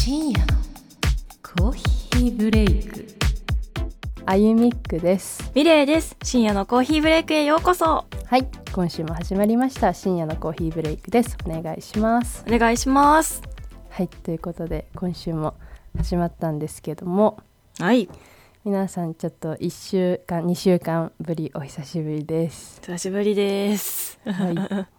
深夜のコーヒーブレイク。 あゆみっくです。 ミレイです。深夜のコーヒーブレイクへようこそ。 はい、今週も始まりました深夜のコーヒーブレイクです。お願いします。 お願いします。 はい、ということで今週も始まったんですけども、 はい、 皆さんちょっと1週間2週間ぶりお久しぶりです。 久しぶりです。 はい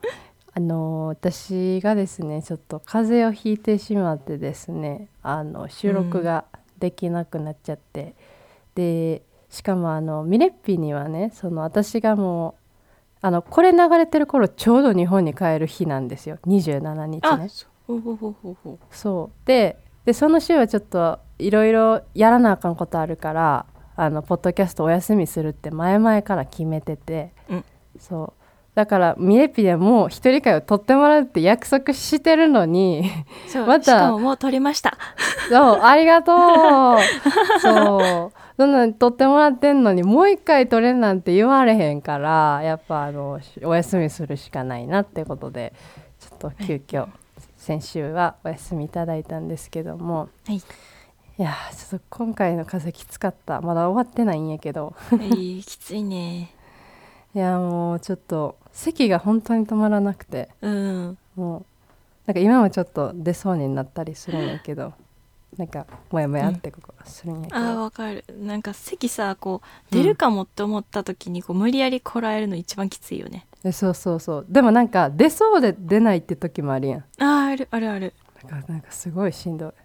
私がですねちょっと風邪をひいてしまってですね収録ができなくなっちゃって、でしかもミレッピにはね私がもうこれ流れてる頃ちょうど日本に帰る日なんですよ、27日ね。そうでその週はちょっといろいろやらなあかんことあるからポッドキャストお休みするって前々から決めてて、そうだからミレッピでもう一人会を取ってもらうって約束してるのにまたしかももう取りました。 そうありがとうそうそんなに取ってもらってんのにもう一回取れなんて言われへんから、やっぱお休みするしかないなってことでちょっと急遽先週はお休みいただいたんですけども、 はい、 いやちょっと今回の風きつかった。まだ終わってないんやけどきついね。 いやもうちょっと咳が本当に止まらなくて、もうなんか今もちょっと出そうになったりするんやけど、なんかもやもやってここするんやけど、 わかる。なんか咳さこう出るかもって思った時にこう無理やりこらえるの一番きついよね。 そうでもなんか出そうで出ないって時もあるやん。 あるなんかすごいしんどい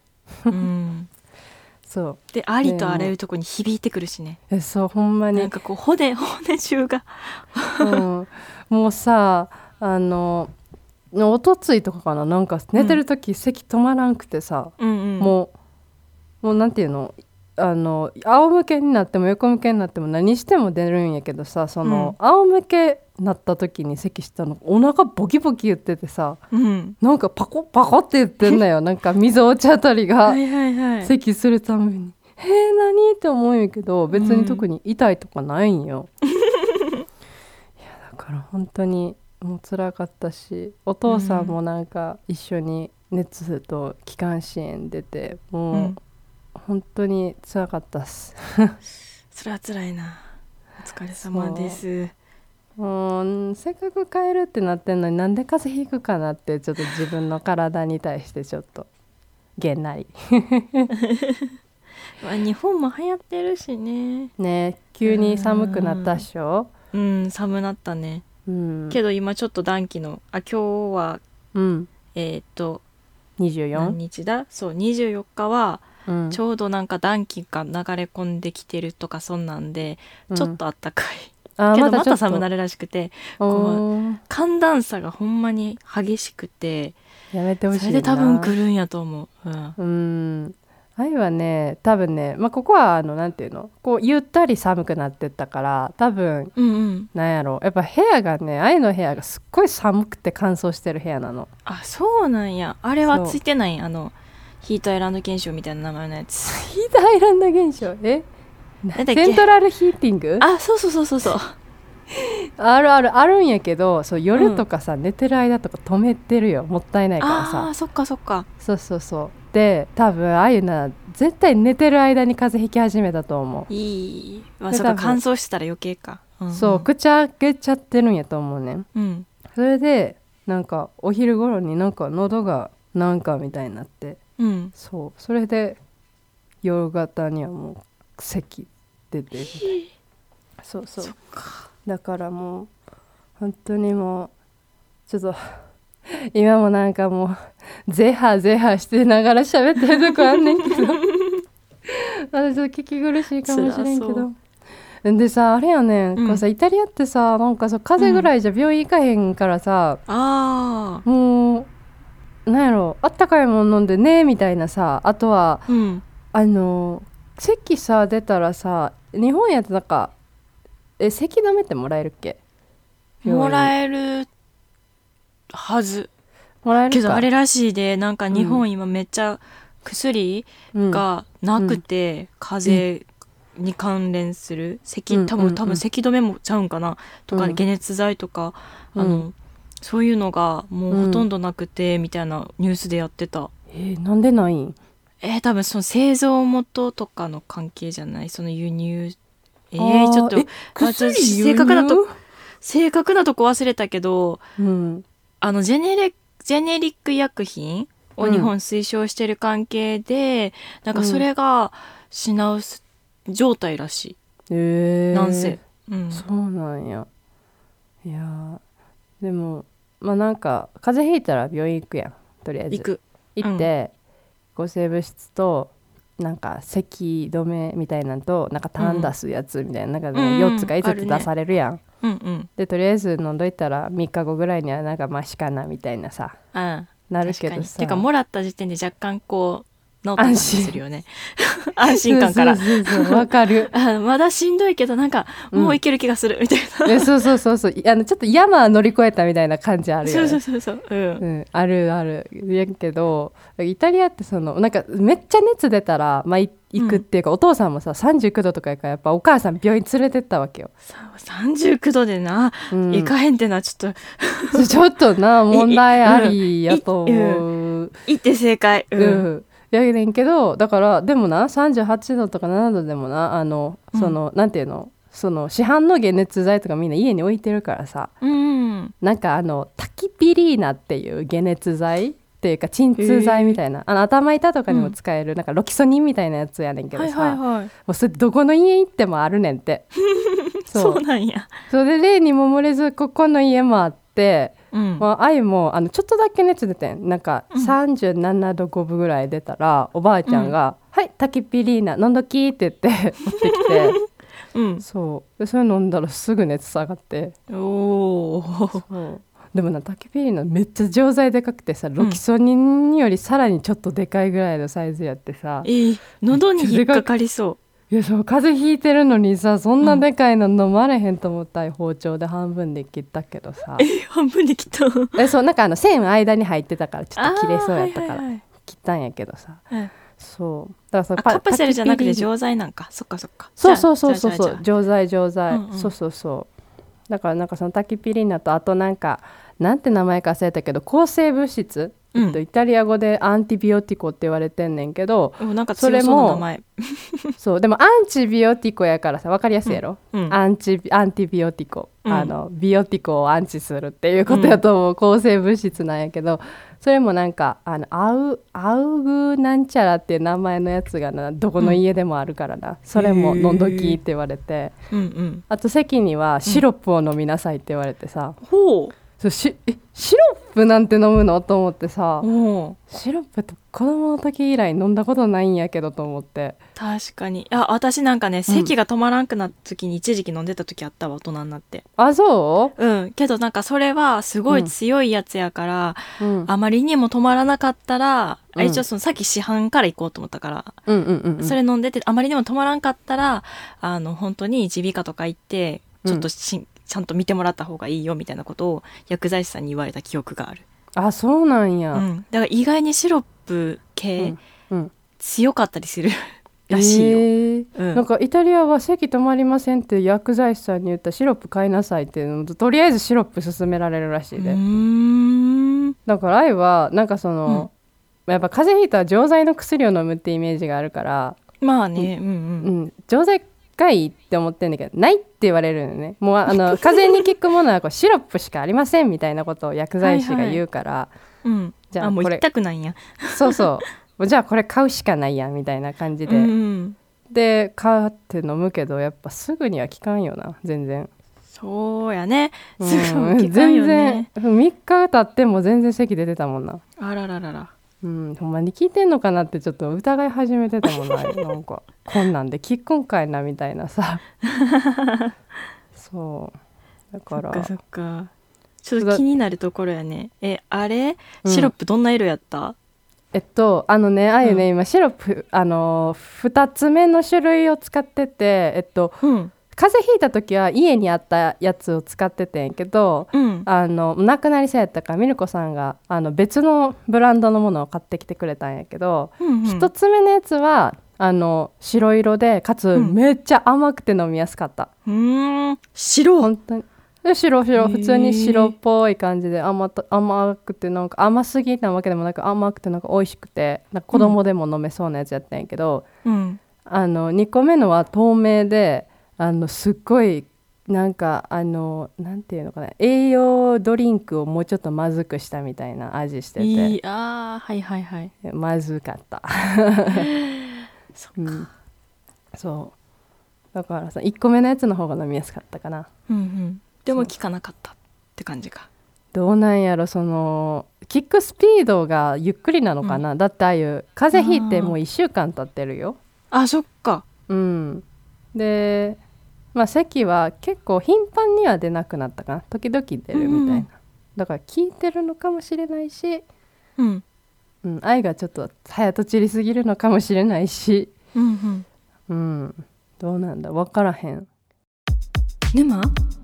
そうでありとあらゆるとこに響いてくるしね。 そうほんまになんかこう骨中がもうさおとついとかかな、なんか寝てる時、咳止まらんくてさ、もうなんていうの仰向けになっても横向けになっても何しても出るんやけどさ、仰向けになった時に咳したのお腹ボキボキ言っててさ、なんかパコパコって言ってんだよなんか水落ちあたりが咳するために何って思うんやけど、別に特に痛いとかないんよいやだから本当にもう辛かったし、お父さんもなんか一緒に熱と気管支炎出てもう、本当に辛かったっすそれは辛いな。お疲れ様です。 せっかく帰るってなってんのになんで風邪ひくかなってちょっと自分の体に対してちょっとげんなり日本も流行ってるしね。 急に寒くなったっしょ。 寒なったね。けど今ちょっと暖気の今日は 24 何日だ、そう24日はちょうどなんか暖気が流れ込んできてるとかそんなんで、ちょっとあったかいけどまた寒なるらしくて、寒暖差がほんまに激しくてやめてほしいな。 それで多分来るんやと思う。愛はね多分ね、ここはなんていうのこうゆったり寒くなってったから多分、なんやろやっぱ部屋がね、愛の部屋がすっごい寒くて乾燥してる部屋なの。 あ、そうなんや。あれはついてないヒートアイランド現象みたいな名前のやつ。 ヒートアイランド現象セントラルヒーティング。 そうあるんやけど、そう夜とかさ、寝てる間とか止めてるよ、もったいないからさ。 そっかそうで多分ああいうの絶対寝てる間に風邪ひき始めたと思う。 そっか、乾燥してたら余計か。 そう口開けちゃってるんやと思うね。それでなんかお昼頃になんか喉がなんかみたいになって、それで夜型にはもう咳出てる。そうだからもう本当にもうちょっと今もなんかもうゼハゼハしてながら喋ってるとこあんねんけどまだちょっと聞き苦しいかもしれんけど。でさあれやねん、こうさイタリアってさなんかさ風邪ぐらいじゃ病院行かへんからさ、もうなんやろあったかいもの飲んでねみたいなさ、あとは、咳さ出たらさ日本やとなんか咳止めってもらえるっけ？ もらえるはず。 もらえるか。 けどあれらしいで、なんか日本今めっちゃ薬がなくて、風邪に関連する咳、多分咳止めもちゃうんかなとか、解熱剤とかそういうのがもうほとんどなくてみたいなニュースでやってた。 なんでないん？ 多分その製造元とかの関係じゃない、その輸入ちょっと正確なとこ忘れたけど、ジェネリック薬品を日本推奨してる関係で、なんかそれが品薄状態らしい、なんせ、 そうなんや。いやでもまあなんか風邪ひいたら病院行くやん、とりあえず行って、抗生物質となんか咳止めみたいなんとなんか痰出すやつみたいな、なんかね、4つか5つ出されるやん、でとりあえず飲んどいたら3日後ぐらいにはなんかマシかなみたいなさ、なるけどさ、 てかもらった時点で若干こう治った感じするよね。安心感から。 わかる。 まだしんどいけどなんかもういける気がするみたいな。 そうちょっと山乗り越えたみたいな感じあるよね。 そう。 あるやけど、イタリアってそのなんかめっちゃ熱出たらまあ行くっていうか、お父さんもさ39度とかやからやっぱお母さん病院連れてったわけよ。 39度でな、行かへんってのはちょっとな問題ありやと思う。 行って正解。 やねんけど、だからでもな38度とか7度でもなそのなんていうの、その市販の解熱剤とかみんな家に置いてるからさ、なんかタキピリーナっていう解熱剤っていうか鎮痛剤みたいな、頭痛とかにも使える、なんかロキソニンみたいなやつやねんけどさ、もうそれどこの家行ってもあるねんってそうなんや。 それで例にも漏れずここの家もあって、愛もちょっとだけ熱出てん、なんか37度5分ぐらい出たら、おばあちゃんが「はいタキピリーナ飲んどき」って言って持ってきて、そうでそれ飲んだらすぐ熱下がって、そうでもなタキピリーナめっちゃ錠剤でかくてさ、ロキソニンよりさらにちょっとでかいぐらいのサイズやってさ、 喉に引っかかりそう。 いやそう風邪ひいてるのにさ、そんなでかいの飲まれへんと思ったら包丁で半分で切ったけどさ、 半分で切ったそうなんか線間に入ってたからちょっと切れそうやったから切ったんやけどさ、そうだからカプセルじゃなくて錠剤なんか。そっかそう錠剤、そうだからなんかそのタキピリーナと、あとなんかなんて名前か忘れたけど抗生物質、イタリア語でアンティビオティコって言われてんねんけど、 なんか強そうな名前。 そうでもアンチビオティコやからさ分かりやすいやろ、アンティビオティコ、ビオティコをアンチするっていうことやと思う、抗生物質なんやけど、それもなんかアウグなんちゃらっていう名前のやつがなどこの家でもあるからな、それも飲んどきって言われて、あと席にはシロップを飲みなさいって言われてさ、シロップなんて飲むのと思ってさ、シロップって子供の時以来飲んだことないんやけどと思って。 確かに。私なんかね、咳が止まらんくなった時に一時期飲んでた時あったわ、大人になって。 そうけどなんかそれはすごい強いやつやから、あまりにも止まらなかったら、一応そのさっき市販から行こうと思ったから、それ飲んでてあまりにも止まらんかったら本当に耳鼻科とか行ってちょっとちゃんと見てもらった方がいいよみたいなことを薬剤師さんに言われた記憶がある。 そうなんや、 だから意外にシロップ系、強かったりするらしいよ、 なんかイタリアは咳止まりませんって薬剤師さんに言ったらシロップ買いなさいってとりあえずシロップ勧められるらしいで。だから愛はなんかその、やっぱ風邪ひいたら錠剤の薬を飲むってイメージがあるから、 まあね、 錠剤がいいって思ってんだけど、ないって言われるのね。もう風邪に効くものはこうシロップしかありませんみたいなことを薬剤師が言うから、 じゃあもう行きたくないんや。 そうじゃあこれ買うしかないやみたいな感じで、で買って飲むけどやっぱすぐには効かんよな、全然。 そうやね、すぐ効かんよね。 全然3日経っても全然咳出てたもんな。 あらららら。 ほんまに聞いてんのかなってちょっと疑い始めてたもんななんかこんなんで聞くんかいなみたいなさそうだからそっかちょっと気になるところやね。あれシロップどんな色やった？ あゆね、今シロップ2つ目の種類を使ってて、風邪ひいた時は家にあったやつを使っててんけど、なくなりそうやったからミルコさんが別のブランドのものを買ってきてくれたんやけど、1つ目のやつは白色でかつめっちゃ甘くて飲みやすかった。 白本当に白普通に白っぽい感じで甘くてなんか甘すぎなわけでもなく甘くてなんか美味しくてなんか子供でも飲めそうなやつやったんやけど、2個目のは透明ですっごいなんかなんていうのかな栄養ドリンクをもうちょっとまずくしたみたいな味しててはいまずかったそっか、 そうだからさ1個目のやつの方が飲みやすかったかな。 でも効かなかったって感じか。 どうなんやろそのキックスピードがゆっくりなのかな、だってああいう風邪ひいてもう1週間経ってるよ。 そっか。 で咳は結構頻繁には出なくなったかな、時々出るみたいな、だから効いてるのかもしれないし、愛がちょっと早とちりすぎるのかもしれないし、どうなんだ分からへん。 沼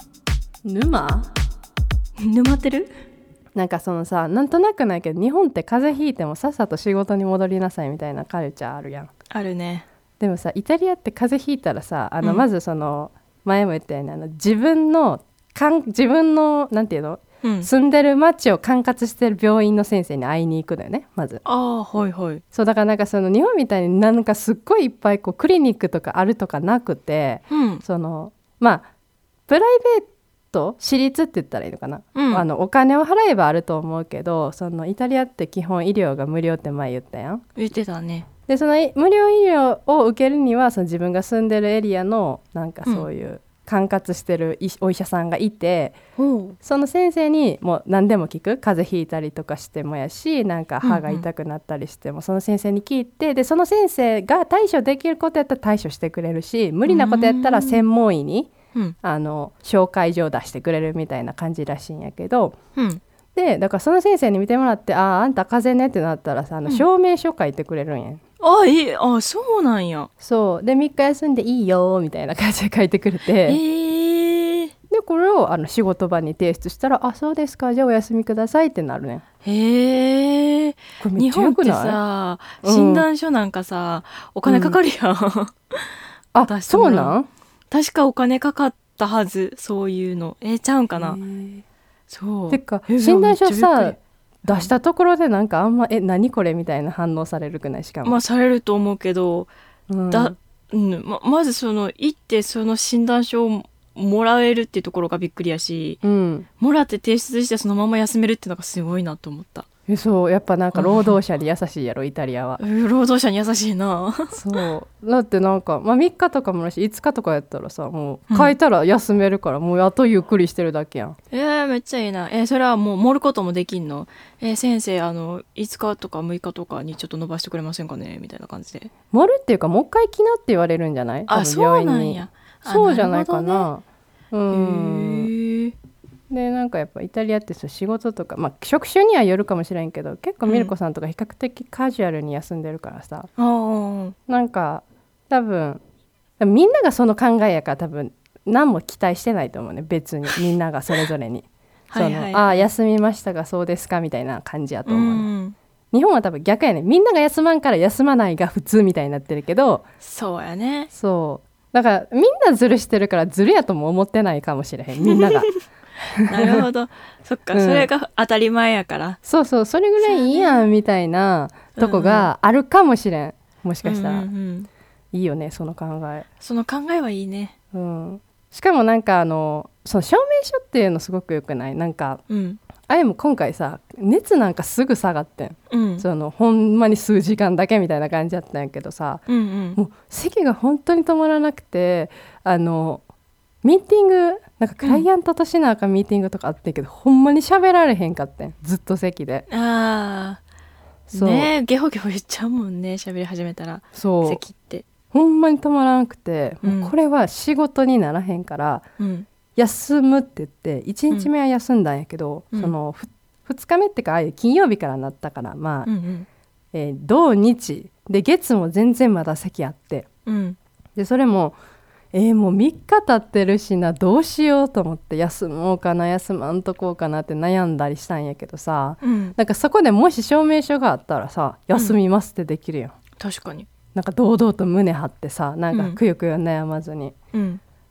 ってる？ なんかそのさ、なんとなくないけど日本って風邪ひいてもさっさと仕事に戻りなさいみたいなカルチャーあるやん。 あるね。 でもさイタリアって風邪ひいたらさまずその前も言ったように自分のなんていうの、住んでる町を管轄してる病院の先生に会いに行くのよねまず。そうだからなんかその日本みたいになんかすっごいいっぱいこうクリニックとかあるとかなくて、そのプライベート私立って言ったらいいのかな、お金を払えばあると思うけど、そのイタリアって基本医療が無料って前言ったやん。 言ってたね。 でその無料医療を受けるにはその自分が住んでるエリアのなんかそういう管轄してるお医者さんがいて、その先生にもう何でも聞く。風邪ひいたりとかしてもやし、なんか歯が痛くなったりしてもその先生に聞いて、でその先生が対処できることやったら対処してくれるし、無理なことやったら専門医に紹介状を出してくれるみたいな感じらしいんやけど、でだからその先生に見てもらってあんた風邪ねってなったらさ証明書書いてくれるんや。 そうなんや。 そうで3日休んでいいよみたいな感じで書いてくれて、でこれを仕事場に提出したらそうですかじゃあお休みくださいってなるね。これめっちゃよくない？ 日本ってさ、診断書なんかさお金かかるやん。 そうなん？ 確かお金かかったはず。そういうのちゃうんかな。 そうてか診断書さ出したところでなんかあんま何これみたいな反応されるくない？しかもされると思うけど、まずその行ってその診断書をもらえるっていうところがびっくりやし、もらって提出してそのまま休めるっていうのがすごいなと思った。 そうやっぱなんか労働者に優しいやろイタリアは。 労働者に優しいな。 そうだってなんか、3日とかもあるし5日とかやったらさもう書いたら休めるから、もうあとゆっくりしてるだけやん。 めっちゃいいな。それはもう盛ることもできんの？先生5日とか6日とかにちょっと伸ばしてくれませんかねみたいな感じで。 盛るっていうかもう一回来なって言われるんじゃない？ そうなんや。 そうじゃないかな。でなんかやっぱイタリアって仕事とか、職種にはよるかもしれんけど結構ミルコさんとか比較的カジュアルに休んでるからさ、なんか多分みんながその考えやから多分何も期待してないと思うね別にみんながそれぞれに休みましたがそうですかみたいな感じやと思う、ね。日本は多分逆やね。みんなが休まんから休まないが普通みたいになってるけど。 そうやね。 そうだからみんなズルしてるからズルやとも思ってないかもしれへんみんなが。 なるほど。そっか、それが当たり前やから。 そうそれぐらいいいやんみたいなとこがあるかもしれん。もしかしたら、いいよねその考え。 その考えはいいね。 しかもなんかその証明書っていうのすごくよくない？なんか、あれも今回さ熱なんかすぐ下がってん、そのほんまに数時間だけみたいな感じだったんやけどさ、もう咳が本当に止まらなくてミーティングなんかクライアントとしなあかんミーティングとかあってんけど、ほんまに喋られへんかってんずっと咳で。 ねゲホゲホ言っちゃうもんね喋り始めたら。咳ってほんまに止まらなくて、もうこれは仕事にならへんから、休むって言って1日目は休んだんやけど、その2日目ってか金曜日からなったから土日で月も全然まだ咳あって、でそれももう3日経ってるしなどうしようと思って休もうかな休まんとこうかなって悩んだりしたんやけどさ、なんかそこでもし証明書があったらさ休みますってできるやん。 確かになんか堂々と胸張ってさなんかくよくよ悩まずに、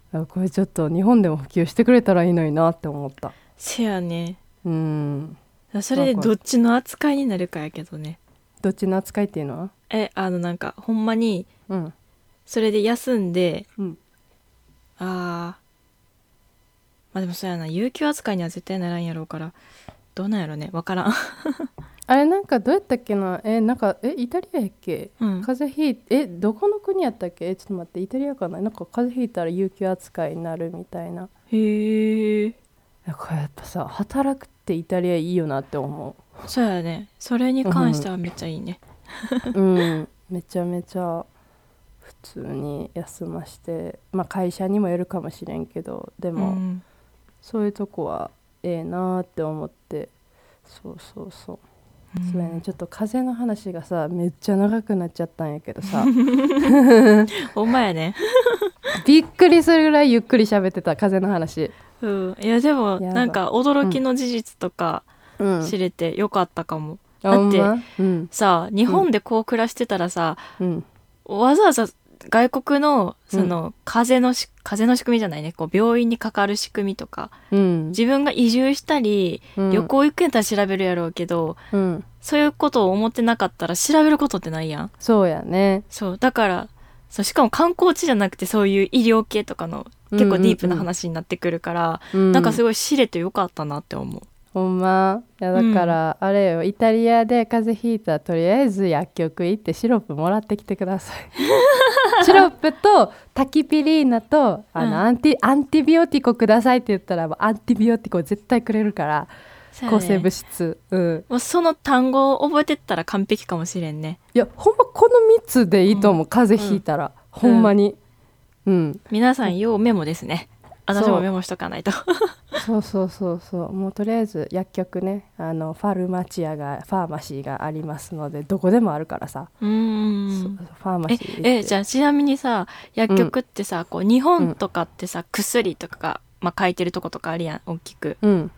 これちょっと日本でも普及してくれたらいいのになって思った。 せやね。 うんそれでどっちの扱いになるかやけどね。 どっちの扱いっていうのはなんかほんまにそれで休んで、まあでもそうやな、有給扱いには絶対ならんやろうからどうなんやろね、分からんあれなんかどうやったっけな、なんかイタリアやっけ、風邪ひいてどこの国やったっけ、ちょっと待って、イタリアかな、なんか風邪ひいたら有給扱いになるみたいな。 へえ。 これやっぱさ、働くってイタリアいいよなって思う。そうやね、それに関してはめっちゃいいねめちゃめちゃ普通に休まして、まあ会社にもよるかもしれんけど、でも、そういうとこはええなって思って、そうそうやね、ちょっと風の話がさめっちゃ長くなっちゃったんやけどさほんまやねびっくりするぐらいゆっくり喋ってた風の話。 いやでもなんか驚きの事実とか知れてよかったかも、だってさ、日本でこう暮らしてたらさ、わざわざ外国のその風邪の仕組みじゃないね、こう病院にかかる仕組みとか、自分が移住したり、旅行行くんやったら調べるやろうけど、そういうことを思ってなかったら調べることってないやん。 そうやね。 そうだからしかも観光地じゃなくてそういう医療系とかの結構ディープな話になってくるから、なんかすごい知れてよかったなって思う。 ほんま。いやだから、あれよ、イタリアで風邪ひいたらとりあえず薬局行ってシロップもらってきてくださいシロップとタキピリーナとアンティビオティコくださいって言ったらアンティビオティコ絶対くれるから、抗生物質、 もうその単語を覚えてったら完璧かもしれんね。 いやほんまこの3つでいいと思う、風邪ひいたら、ほんまに、 皆さん要メモですね。私もメモしとかないとそうもうとりあえず薬局ね、ファーマシーがありますので、どこでもあるからさ。ファーマシーじゃあちなみにさ、薬局ってさ、こう日本とかってさ、薬とかが、書いてるとことかあるやん、大きく。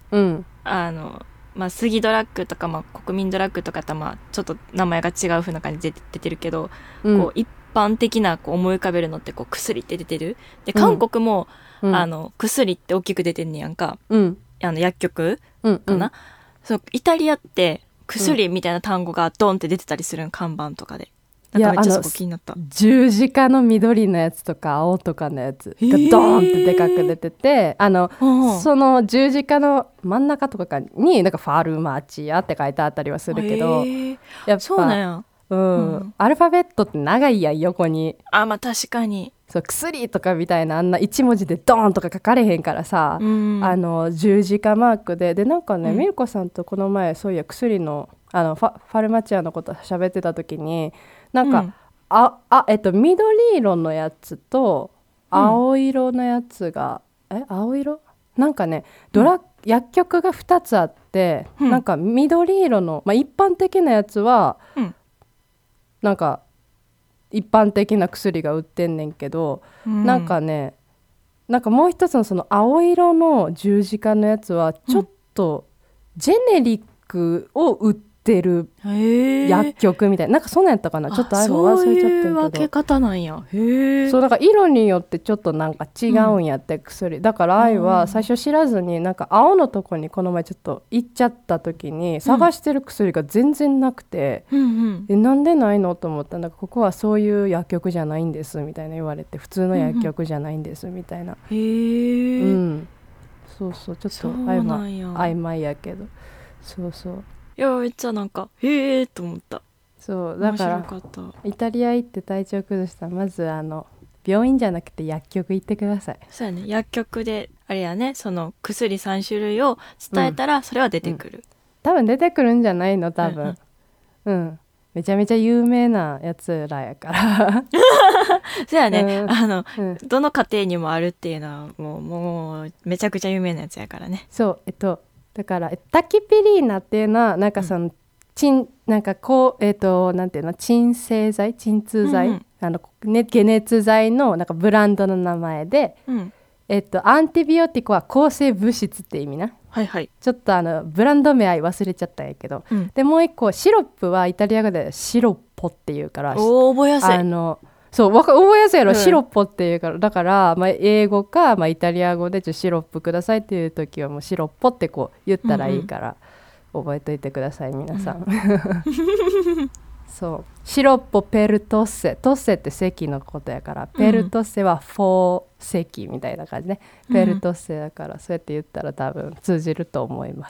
杉ドラッグとか、国民ドラッグとかってちょっと名前が違う風な感じで出てるけど、こう一般的なこう思い浮かべるのってこう薬って出てるで、韓国も、薬って大きく出てんねやんか、薬局かな、そうイタリアって薬みたいな単語がドンって出てたりするん、看板とかで。なんかめっちゃそこ気になった。 十字架の緑のやつとか青とかのやつがドーンってでかく出てて、その十字架の真ん中とかになんかファルマチアって書いてあったりはするけど、 やっぱそうなんや。 アルファベットって長いやん、横に。 確かに。 そう薬とかみたいなあんな1文字でドーンとか書かれへんからさ、十字架マークでなんかね、ミルコさんとこの前そういや薬のファルマチアのこと喋ってた時に、なんか、緑色のやつと青色のやつが、青色なんかね、薬局が2つあって、なんか緑色の、一般的なやつは、なんか一般的な薬が売ってんねんけど、なんかね、なんかもう一つのその青色の十字架のやつはちょっとジェネリックを売ってる薬局みたいな、なんかそんなんやったかな、ちょっとあれも忘れちゃってんけど。そういう分け方なんや。 そうだから色によってちょっとなんか違うんやって、薬だから。愛は最初知らずになんか青のとこにこの前ちょっと行っちゃった時に探してる薬が全然なくて、なんでないのと思ったら、なんかここはそういう薬局じゃないんですみたいな言われて、普通の薬局じゃないんですみたいな。そうちょっと曖昧やけど、 いやめっちゃなんかへえと思った。 そうだからイタリア行って体調崩したらまず病院じゃなくて薬局行ってください。 そうやね、薬局であれやね、その薬3種類を伝えたらそれは出てくる、 多分出てくるんじゃないの多分、めちゃめちゃ有名なやつらやからそうやね、どの家庭にもあるっていうのはもうめちゃくちゃ有名なやつやからね。 そうだからタキピリーナっていうのはなんかその、なんかこうなんていうの、鎮痛剤、解熱剤のなんかブランドの名前で、アンティビオティコは抗生物質って意味な。ちょっとブランド名忘れちゃったんやけど、でもう一個シロップはイタリア語でシロッポっていうから、 覚えやすい。 そう覚えやすいやろ、シロッポっていうから。だから、まあ、英語か、まあ、イタリア語でシロップくださいっていう時はもうシロッポってこう言ったらいいから、覚えといてください皆さん、そうシロッポペルトッセ、トッセって席のことやから、ペルトッセはフォー席みたいな感じね、ペルトッセだから、そうやって言ったら多分通じると思います。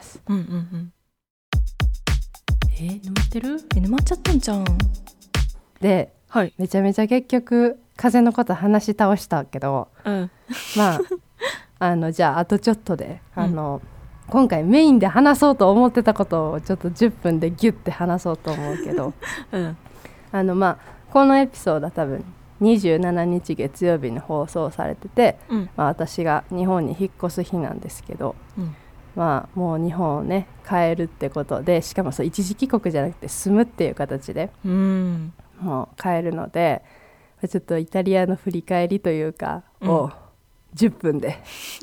沼ってる？沼っちゃったんじゃん。 で、はい、めちゃめちゃ結局風のこと話し倒したけど、まあじゃああとちょっとで今回メインで話そうと思ってたことをちょっと10分でギュッて話そうと思うけど、まあこのエピソードは多分27日月曜日に放送されてて、まあ、私が日本に引っ越す日なんですけど、まあもう日本をね帰るってことで、しかもそう一時帰国じゃなくて住むっていう形で、もう帰るので、ちょっとイタリアの振り返りというかを10分で、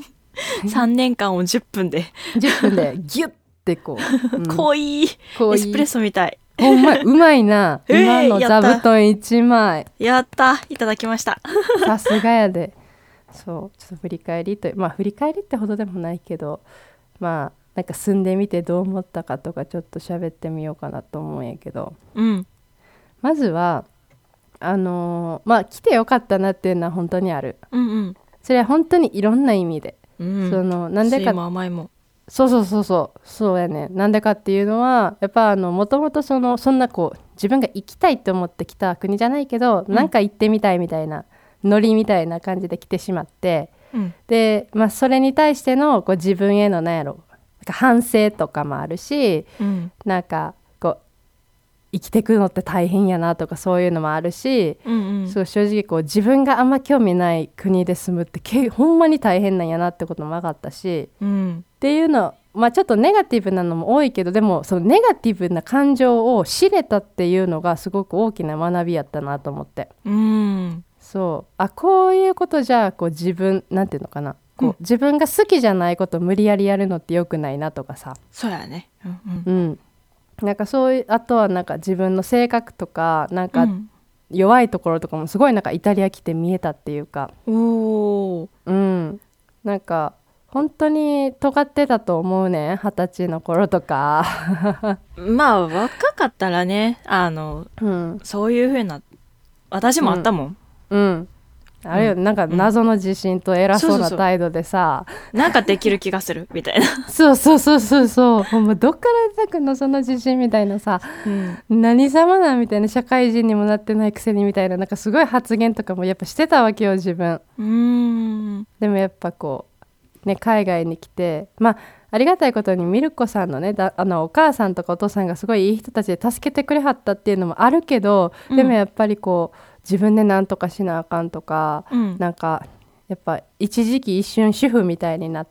3年間を10分で 10分でギュッてこう、 濃いエスプレッソみたい。 ほんまうまいな、今の座布団1枚やった、いただきました。 さすがやで。そうちょっと振り返りと、まあ振り返りってほどでもないけど、まあなんか住んでみてどう思ったかとかちょっと喋ってみようかなと思うんやけど、まずはまあ来てよかったなっていうのは本当にある、それは本当にいろんな意味で、なんでか、 甘いもそうやね。なんでかっていうのはやっぱもともとそんなこう自分が行きたいって思って来た国じゃないけど、なんか行ってみたいみたいなノリみたいな感じで来てしまって、で、まあ、それに対してのこう自分へのなんか反省とかもあるし、なんかこう生きてくのって大変やなとかそういうのもあるし、そう正直こう自分があんま興味ない国で住むってほんまに大変なんやなってことも分かったし、っていうの、まあ、ちょっとネガティブなのも多いけど、でもそのネガティブな感情を知れたっていうのがすごく大きな学びやったなと思って、そうこういうことじゃこう自分なんていうのかな、こう自分が好きじゃないことを無理やりやるのってよくないなとかさ、 そうやね、 なんかそういう、あとはなんか自分の性格とかなんか弱いところとかもすごいなんかイタリア来て見えたっていうか、なんか本当に尖ってたと思うね、20歳の頃とかまあ若かったらね、そういう風な私もあったもん、 あれよ、なんか謎の自信と偉そうな態度でさ、 なんかできる気がするみたいなそうほんまどっから出てくんのその自信みたいなさ、何様なんみたいな、社会人にもなってないくせにみたいな、なんかすごい発言とかもやっぱしてたわけよ自分。でもやっぱこうね、海外に来て、まあありがたいことにミルコさんのね、お母さんとかお父さんがすごいいい人たちで助けてくれはったっていうのもあるけど、でもやっぱりこう自分で何とかしなあかんとか、なんかやっぱ一時期一瞬主婦みたいになって、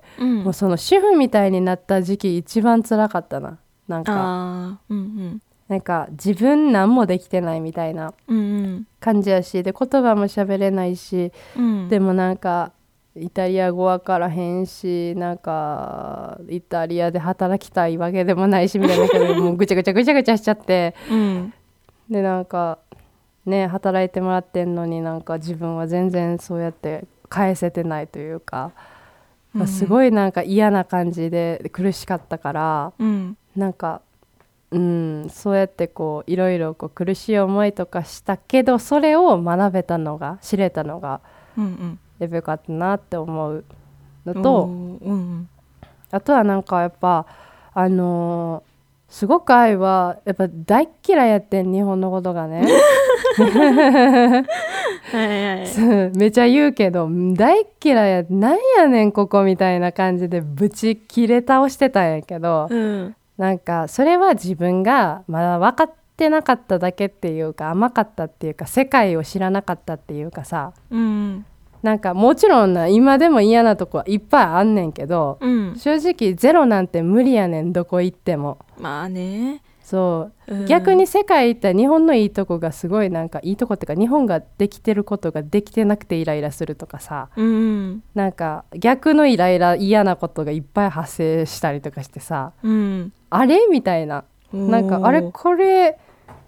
もうその主婦みたいになった時期一番辛かったな。なんか、なんか自分何もできてないみたいな感じやし、で言葉も喋れないし、でもなんかイタリア語わからへんし、なんかイタリアで働きたいわけでもないしみたいな感じでもうぐちゃぐちゃしちゃって、でなんかね、働いてもらってんのになんか自分は全然そうやって返せてないというか、すごいなんか嫌な感じで苦しかったから、なんかそうやってこういろいろこう苦しい思いとかしたけど、それを学べたのが知れたのがやっぱよかったなって思うのと、あとはなんかやっぱすごく愛はやっぱ大っ嫌いやってん、日本のことがねめちゃ言うけど大っ嫌いや、なんやねんここみたいな感じでブチ切れ倒してたんやけど、なんかそれは自分がまだ分かってなかっただけっていうか、甘かったっていうか、世界を知らなかったっていうかさ、なんかもちろんな今でも嫌なとこはいっぱいあんねんけど、正直ゼロなんて無理やねん、どこ行っても。 まあね、 そう、逆に世界行ったら日本のいいとこがすごい、なんかいいとこっていうか日本ができてることができてなくてイライラするとかさ、なんか逆のイライラ嫌なことがいっぱい発生したりとかしてさ、あれみたいな、なんかあれこれ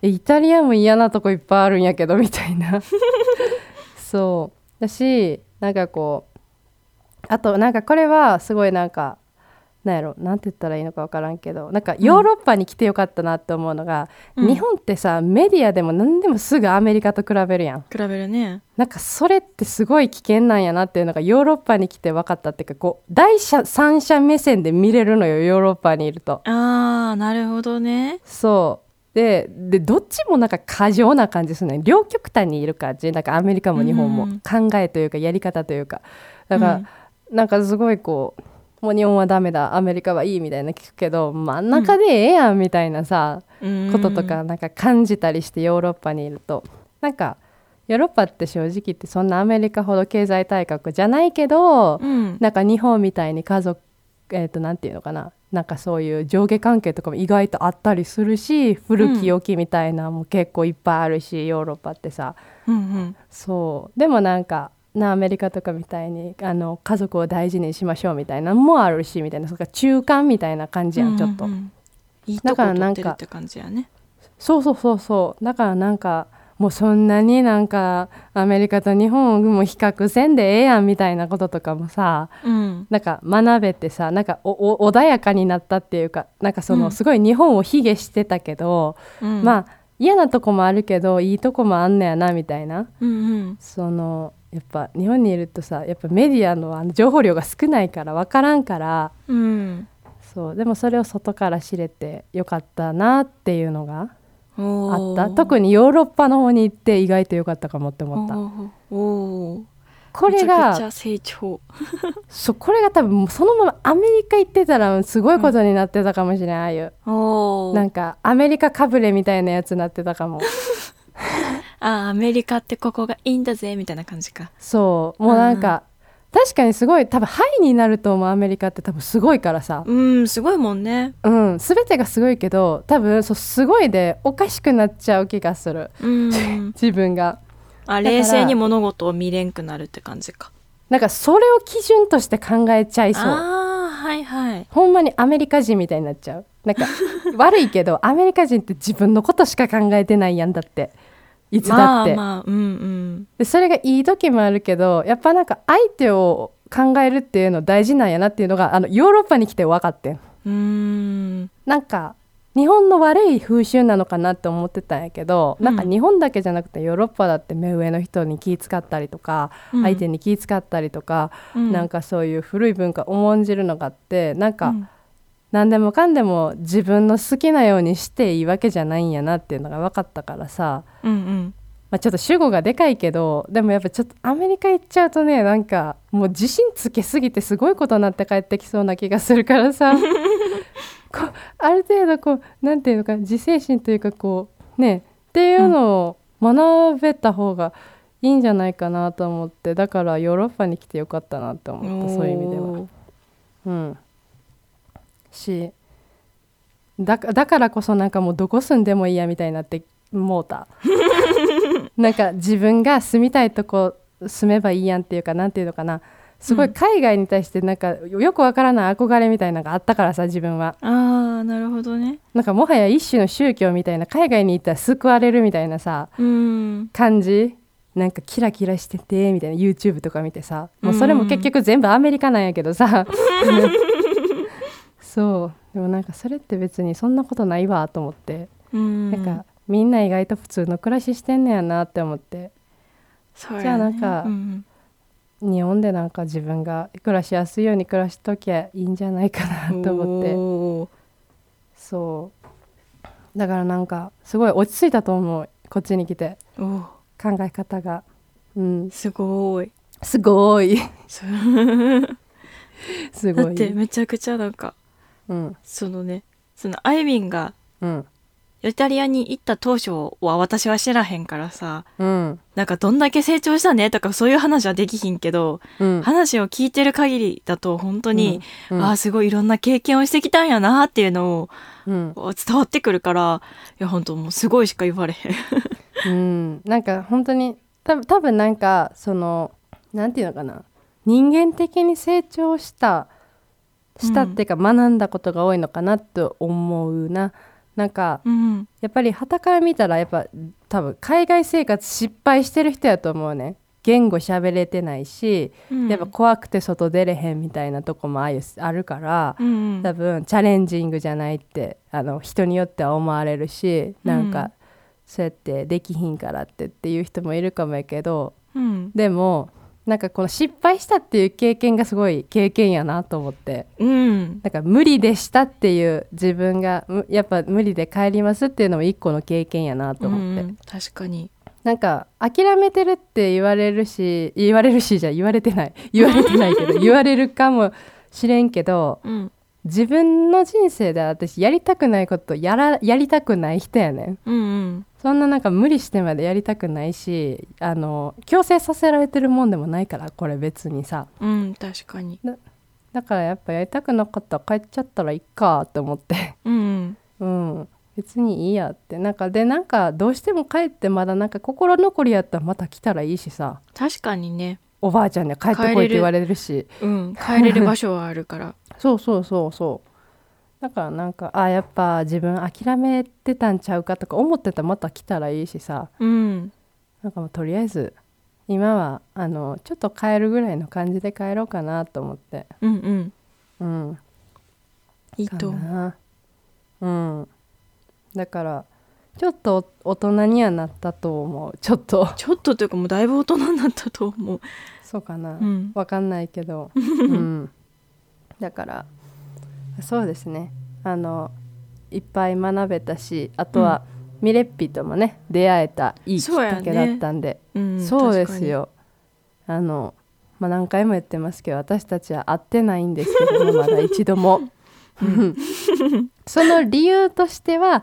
イタリアも嫌なとこいっぱいあるんやけどみたいなそうだし、なんかこうあとなんかこれはすごいなんかなんやろなんて言ったらいいのか分からんけど、なんかヨーロッパに来てよかったなって思うのが、日本ってさメディアでも何でもすぐアメリカと比べるやん。 比べるね。 なんかそれってすごい危険なんやなっていうのがヨーロッパに来て分かったっていうか、こう第三者目線で見れるのよ、ヨーロッパにいると。 あー、なるほどね。 そうでどっちもなんか過剰な感じするね。両極端にいる感じ、なんかアメリカも日本も考えというかやり方というか、だから、なんかすごいこうもう日本はダメだアメリカはいいみたいな聞くけど、真ん中でええやんみたいなさ、こととかなんか感じたりして、ヨーロッパにいるとなんかヨーロッパって正直言ってそんなアメリカほど経済大国じゃないけど、なんか日本みたいに家族なんていうのかな、なんかそういう上下関係とかも意外とあったりするし、古き良きみたいなのも結構いっぱいあるし、ヨーロッパってさ、そうでもなんかアメリカとかみたいに家族を大事にしましょうみたいなのもあるしみたいな、それから中間みたいな感じやん、ちょっといいとこ取ってるって感じやね。 そうだからなんかもうそんなになんかアメリカと日本をもう比較せんでええやんみたいなこととかもさ、なんか学べてさ、なんか穏やかになったっていうか、なんかそのすごい日本を卑下してたけど、まあ嫌なとこもあるけどいいとこもあんのやなみたいな、そのやっぱ日本にいるとさ、やっぱメディアの情報量が少ないから分からんから、そうでもそれを外から知れてよかったなっていうのがあった。特にヨーロッパの方に行って意外とよかったかもって思った。これがめちゃくちゃ成長そうこれが多分そのままアメリカ行ってたらすごいことになってたかもしれない、なんかアメリカかぶれみたいなやつになってたかもアメリカってここがいいんだぜみたいな感じか。 そうもうなんか確かにすごい多分ハイになると思う。アメリカって多分すごいからさ、 すごいもんね。 全てがすごいけど多分そうすごいでおかしくなっちゃう気がする、自分が冷静に物事を見れんくなるって感じか。 なんかそれを基準として考えちゃいそう。ほんまにアメリカ人みたいになっちゃう。なんか悪いけどアメリカ人って自分のことしか考えてないやんだっていつだって、でそれがいい時もあるけど、やっぱなんか相手を考えるっていうの大事なんやなっていうのがヨーロッパに来て分かってん。なんか日本の悪い風習なのかなって思ってたんやけど、なんか日本だけじゃなくてヨーロッパだって目上の人に気遣ったりとか、相手に気遣ったりとか、なんかそういう古い文化重んじるのがあって、なんか、何でもかんでも自分の好きなようにしていいわけじゃないんやなっていうのが分かったからさ、ちょっと主語がでかいけど、でもやっぱちょっとアメリカ行っちゃうとね、なんかもう自信つけすぎてすごいことになって帰ってきそうな気がするからさこうある程度こうなんていうのか自制心というかこうねっていうのを学べた方がいいんじゃないかなと思って、だからヨーロッパに来てよかったなと思った。そういう意味ではしだからこそなんかもうどこ住んでもいいやみたいになってもうたなんか自分が住みたいとこ住めばいいやんっていうか、なんていうのかな、すごい海外に対してなんかよくわからない憧れみたいなのがあったからさ、自分は。 なるほどね。 なんかもはや一種の宗教みたいな、海外に行ったら救われるみたいなさ、感じ、なんかキラキラしててみたいな YouTube とか見てさ、もうそれも結局全部アメリカなんやけどさそうでもなんかそれって別にそんなことないわと思って、なんかみんな意外と普通の暮らししてんねやなって思って、じゃあなんか、日本でなんか自分が暮らしやすいように暮らしときゃいいんじゃないかなと思って、そうだからなんかすごい落ち着いたと思う、こっちに来て考え方が、 すごいすごいだってめちゃくちゃなんか、そのあゆみんが、イタリアに行った当初は私は知らへんからさ、なんかどんだけ成長したねとかそういう話はできひんけど、話を聞いてる限りだと本当に、すごいいろんな経験をしてきたんやなっていうのを、伝わってくるから、いや本当もうすごいしか言われへんなんか本当に多分なんかそのなんていうのかな、人間的に成長したっていうか学んだことが多いのかなと思うな。 なんか、やっぱり傍から見たらやっぱ多分海外生活失敗してる人やと思うね。言語喋れてないし、やっぱ怖くて外出れへんみたいなとこもあるから、多分チャレンジングじゃないって人によっては思われるし、なんかそうやってできひんからっていう人もいるかもやけど、でもなんかこの失敗したっていう経験がすごい経験やなと思って、なんか無理でしたっていう自分がやっぱ無理で帰りますっていうのも一個の経験やなと思って、 確かになんか諦めてるって言われてないけど言われるかもしれんけど、自分の人生で私やりたくないことやりたくない人やねん、そんななんか無理してまでやりたくないし、強制させられてるもんでもないから、これ別にさ、 確かにだからやっぱやりたくなかったら帰っちゃったらいいかって思って別にいいやって、なんかどうしても帰ってまだなんか心残りやったらまた来たらいいしさ、 確かにね、 おばあちゃんには帰ってこいって言われるし、 帰れる場所はあるからそうだからなんかやっぱ自分諦めてたんちゃうかとか思ってたらまた来たらいいしさ、なんかもうとりあえず今はちょっと帰るぐらいの感じで帰ろうかなと思って、 いいと思う。だからちょっと大人にはなったと思う。ちょっとというかもうだいぶ大人になったと思う。 そうかな、わかんないけどだからそうですね、いっぱい学べたし、あとは、ミレッピともね出会えたいいきっかけだったんで、そうですよ。何回も言ってますけど、私たちは会ってないんですけどもまだ一度もその理由としては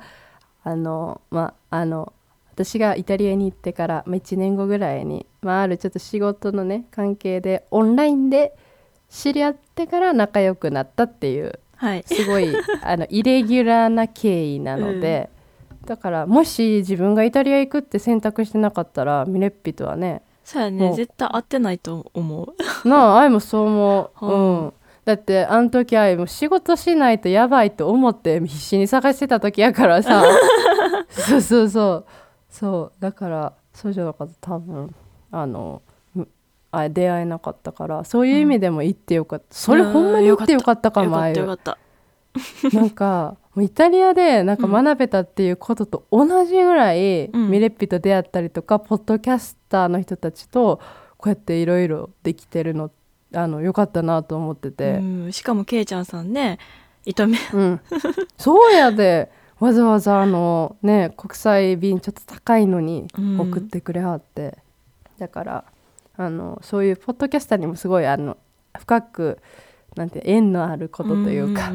私がイタリアに行ってから、1年後ぐらいに、あるちょっと仕事のね関係でオンラインで知り合ってから仲良くなったっていう、すごいイレギュラーな経緯なので、だからもし自分がイタリア行くって選択してなかったらミレッピとはね、 そうやね、絶対会ってないと思うなあ、愛もそう思う、だってあの時愛も仕事しないとやばいと思って必死に探してた時やからさそうだからそうじゃなかったら多分出会えなかったから、そういう意味でも行ってよかった、それほんまに行ってよかったかも。 よかったなんかイタリアでなんか学べたっていうことと同じぐらい、ミレッピと出会ったりとかポッドキャスターの人たちとこうやっていろいろできてるのよかったなと思ってて、 しかもケイちゃんさんねそうやで、わざわざ国際便ちょっと高いのに送ってくれはって、だからそういうポッドキャスターにもすごい深くなんて縁のあることというか、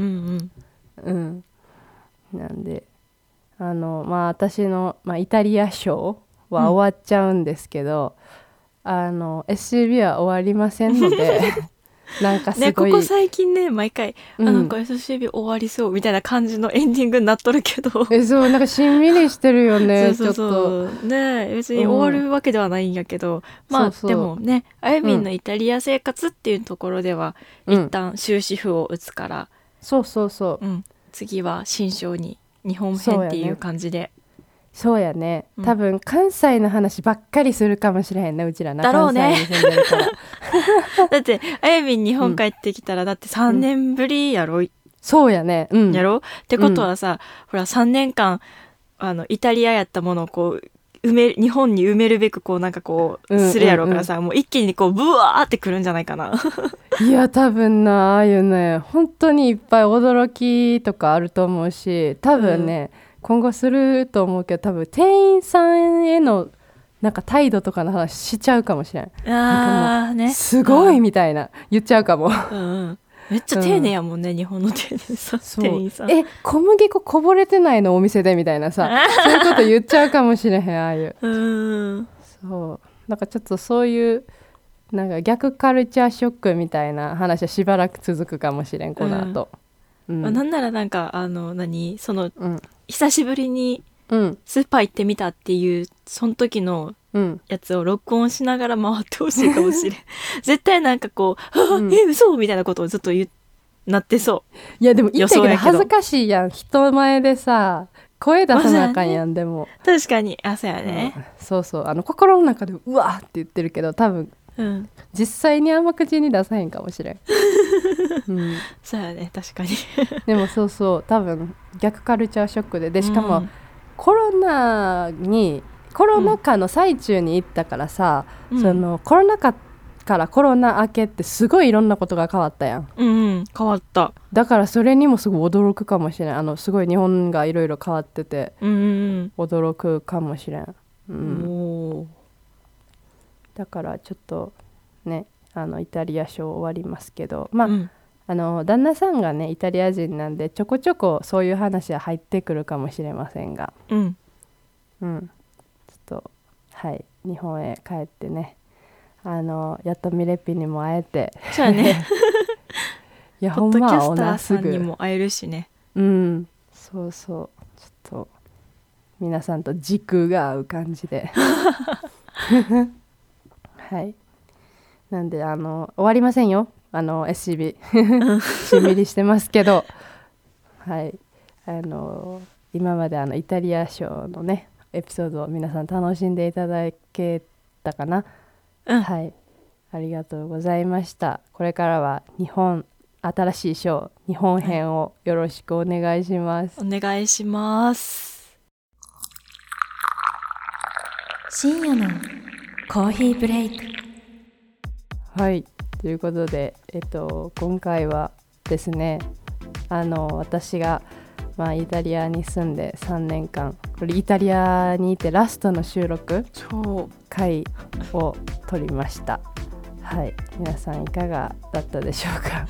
なんで私の、イタリアショーは終わっちゃうんですけど、SCB は終わりませんのでなんかすごい、 ここ最近ね毎回、なんか SCB 終わりそうみたいな感じのエンディングになっとるけどそうなんかしんみりしてるよねちょっとね、別に終わるわけではないんやけど、でもね、あゆみんのイタリア生活っていうところでは、一旦終止符を打つから、次は新章に日本編っていう感じで、 そうやね、多分関西の話ばっかりするかもしれへんね、うちらな。 だろうね、 関西に住んでるからだってあゆみん日本帰ってきたら、だって3年ぶりやろ、 そうやね、 やろってことはさ、ほら3年間イタリアやったものをこう日本に埋めるべくこうなんかこうするやろうからさ、もう一気にこうブワーってくるんじゃないかな。 いや多分な、ああいうね本当にいっぱい驚きとかあると思うし、多分ね、今後すると思うけど、多分店員さんへのなんか態度とかの話しちゃうかもしれん。なんかもうすごいみたいな言っちゃうかも。 めっちゃ丁寧やもんね、日本の店員さん。 小麦粉こぼれてないのお店でみたいなさそういうこと言っちゃうかもしれへん、ああいう。そうなんかちょっとそういうなんか逆カルチャーショックみたいな話はしばらく続くかもしれん、この後。 なんならなんか久しぶりにスーパー行ってみたっていうその時のやつを録音しながら回ってほしいかもしれん絶対なんかこう嘘みたいなことをずっとなってそう。 いやでも言ったけど恥ずかしいやん、人前でさ声出さなあかんやん、でも確かにそうやね、 そうそう心の中でうわーって言ってるけど多分、実際にあんま口に出さへんかもしれんそうやね、確かにでもそうそう多分逆カルチャーショックでしかも、コロナ禍の最中に行ったからさ、そのコロナ禍からコロナ明けってすごいいろんなことが変わったやん、 変わった。 だからそれにもすごい驚くかもしれん。すごい日本がいろいろ変わってて、驚くかもしれん、だからちょっとねイタリアショー終わりますけど、まあ、旦那さんがねイタリア人なんでちょこちょこそういう話は入ってくるかもしれませんが、ちょっとはい日本へ帰ってねやっとミレピにも会えて、 そうやねいやほんまはおなすぐポッドキャスターさんにも会えるしね、 そうそうちょっと皆さんと時空が合う感じではいなんで終わりませんよSCB しんみりしてますけどはい今までイタリアショーのねエピソードを皆さん楽しんでいただけたかな、はいありがとうございました。これからは新しいショー日本編をよろしくお願いします、 お願いします。 深夜のコーヒーブレイク。 はいということで、今回はですね私が、イタリアに住んで3年間これイタリアにいてラストの収録回を撮りました。はい皆さんいかがだったでしょうか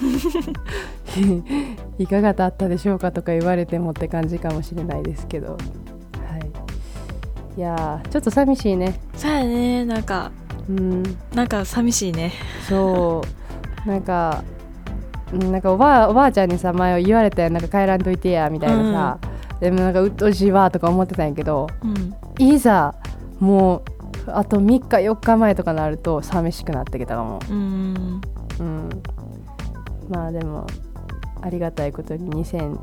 いかがだったでしょうかとか言われてもって感じかもしれないですけど、はい、いやちょっと寂しいね。 そうやね、なんか寂しいね。 そうなんかおばあちゃんにさ前言われて帰らんといてやみたいなさ、でもうっとうしいわとか思ってたんやけど、いざもうあと3日4日前とかなると寂しくなってきたかも。まあでもありがたいことに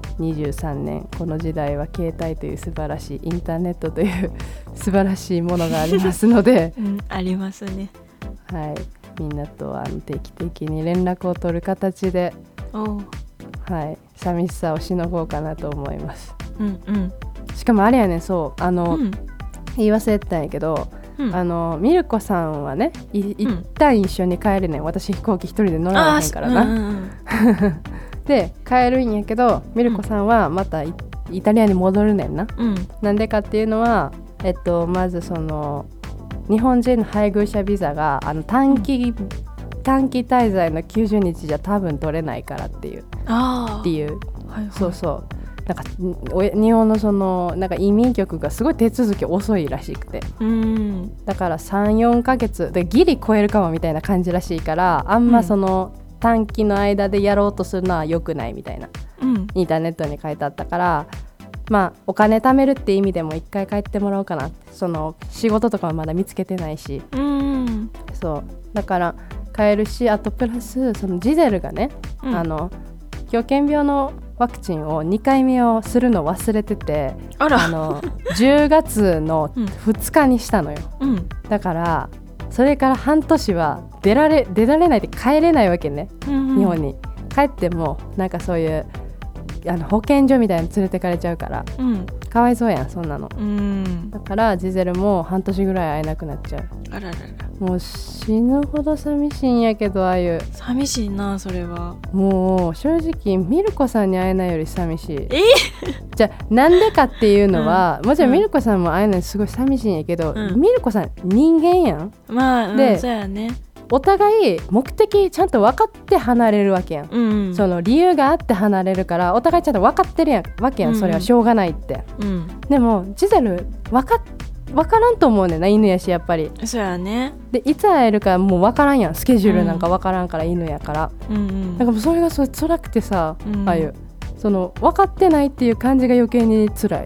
2023年この時代は携帯という素晴らしいインターネットという素晴らしいものがありますので、 ありますね。 はいみんなと定期的に連絡を取る形で、はい、寂しさをしのごうかなと思います。しかもあれやねそう言い忘れてたんやけど、ミルコさんはね一旦一緒に帰るねん。私飛行機一人で乗られへんからな、で帰るんやけどミルコさんはまたイタリアに戻るねんな、なんでかっていうのはまずその日本人の配偶者ビザが短期滞在の90日じゃ多分取れないからっていうそうそうなんか日本のそのなんか移民局がすごい手続き遅いらしくて、だから 3,4 ヶ月でギリ超えるかもみたいな感じらしいからあんまその短期の間でやろうとするのは良くないみたいな、インターネットに書いてあったから、お金貯めるって意味でも一回帰ってもらおうかな。その仕事とかはまだ見つけてないし、そうだから帰るし、あとプラスそのジゼルがね、狂犬病のワクチンを2回目をするの忘れてて、10月の2日にしたのよ、だからそれから半年は出られないで帰れないわけね、日本に帰ってもなんかそういう保健所みたいに連れてかれちゃうから、かわいそうやんそんなの、だからジゼルも半年ぐらい会えなくなっちゃう。もう死ぬほど寂しいんやけど、 寂しいな。それはもう正直ミルコさんに会えないより寂しい。じゃあなんでかっていうのは、もちろんミルコさんも会えないのすごい寂しいんやけど、ミルコさん人間やん。で、そうやね、お互い目的ちゃんと分かって離れるわけやん、その理由があって離れるからお互いちゃんと分かってるわけやん、それはしょうがないって、でもジゼル分からんと思うねんな、犬やしやっぱり。 そうやね。 でいつ会えるかもう分からんやん、スケジュールなんか分からんから、犬やから、だからそれが辛くてさ、その分かってないっていう感じが余計に辛い。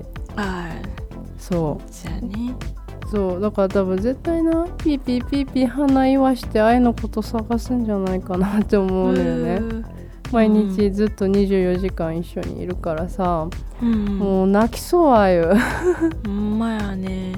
そうやね。 そうだから多分絶対なピーピー鼻言わして愛のこと探すんじゃないかなって思うのよね。 毎日ずっと24時間一緒にいるからさ、もう泣きそうあゆほんまやね。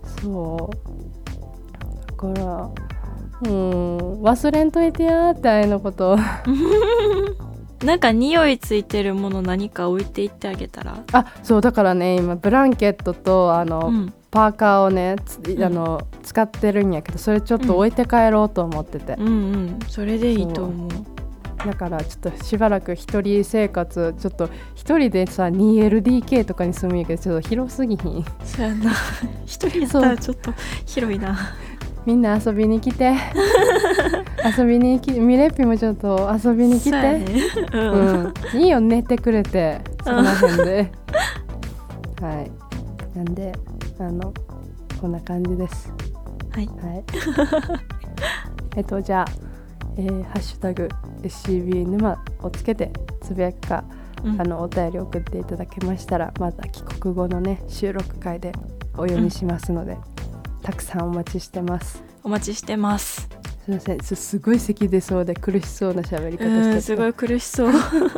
そうだから忘れんといてやってあゆのことなんか匂いついてるもの何か置いていってあげたら。 そうだからね、今ブランケットとパーカーをね使ってるんやけど、それちょっと置いて帰ろうと思ってて、 それでいいと思う。 だからちょっとしばらく一人生活、ちょっと一人でさ 2LDK とかに住むんやけど、ちょっと広すぎひん。 そうやな一人やったらちょっと広いな。 みんな遊びに来てミレッピもちょっと遊びに来て、ね、いいよ寝てくれてその辺ではい、なんでこんな感じです。 はい、 じゃあ、ハッシュタグ SCB 沼をつけてつぶやくか、お便り送っていただけましたら、また帰国後のね収録会でお読みしますので、たくさんお待ちしてます。 お待ちしてます。 すいません、すごい咳出そうで苦しそうな喋り方してて、 すごい苦しそう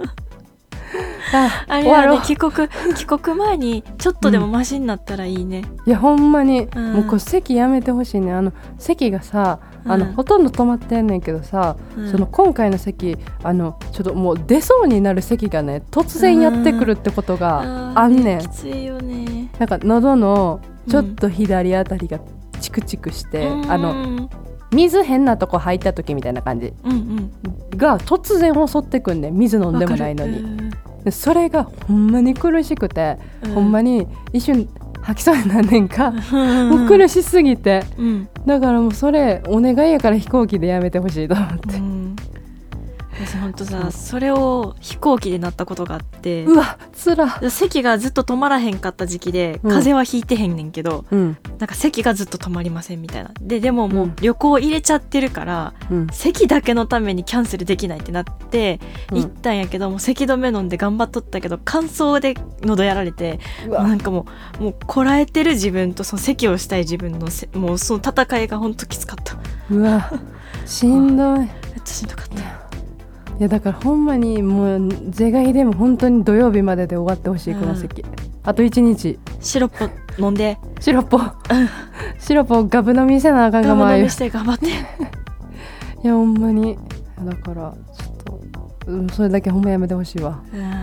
あれはね、帰国前にちょっとでもマシになったらいいね。 いやほんまに、もうこう咳やめてほしいね。咳がさほとんど止まってんねんけどさ、その今回の咳ちょっともう出そうになる咳がね突然やってくるってことがあんねん。 きついよね。 なんか喉のちょっと左あたりがチクチクして、水変なとこ入った時みたいな感じ、が突然襲ってくんねん。水飲んでもないのに。それがほんまに苦しくて、ほんまに一瞬吐きそうになんねんかもう苦しすぎて、だからもうそれお願いやから飛行機でやめてほしいと思って、 私ほんとさ、それを飛行機でなったことがあって、 うわつら。 咳がずっと止まらへんかった時期で、風邪はひいてへんねんけど、なんか咳がずっと止まりませんみたいな。でももう旅行入れちゃってるから、咳だけのためにキャンセルできないってなって行ったんやけど、もう咳止め飲んで頑張っとったけど乾燥で喉やられて、なんかもうこらえてる自分とその咳をしたい自分のもうその戦いがほんときつかった。 うわしんどい。 めっちゃしんどかった。 いやだからほんまにもう是が非でも本当に土曜日までで終わってほしい、この席。あと1日シロップ飲んで、 シロップをガブ飲みせなあかんがまあガブ飲みして頑張っていやほんまにだからちょっと、それだけほんまやめてほしいわ。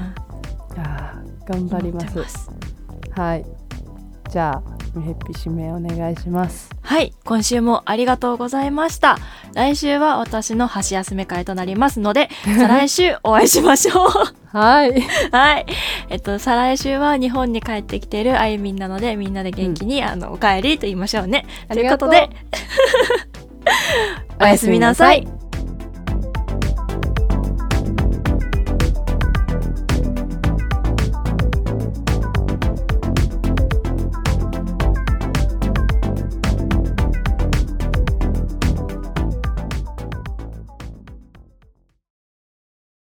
頑張ります。はい、じゃあミヘッピ指名お願いします。 はい、今週もありがとうございました。来週は私の箸休め会となりますので再来週お会いしましょうはいはい、再来週は日本に帰ってきているあゆみんなので、みんなで元気に、お帰りと言いましょうね。ということでおやすみなさい。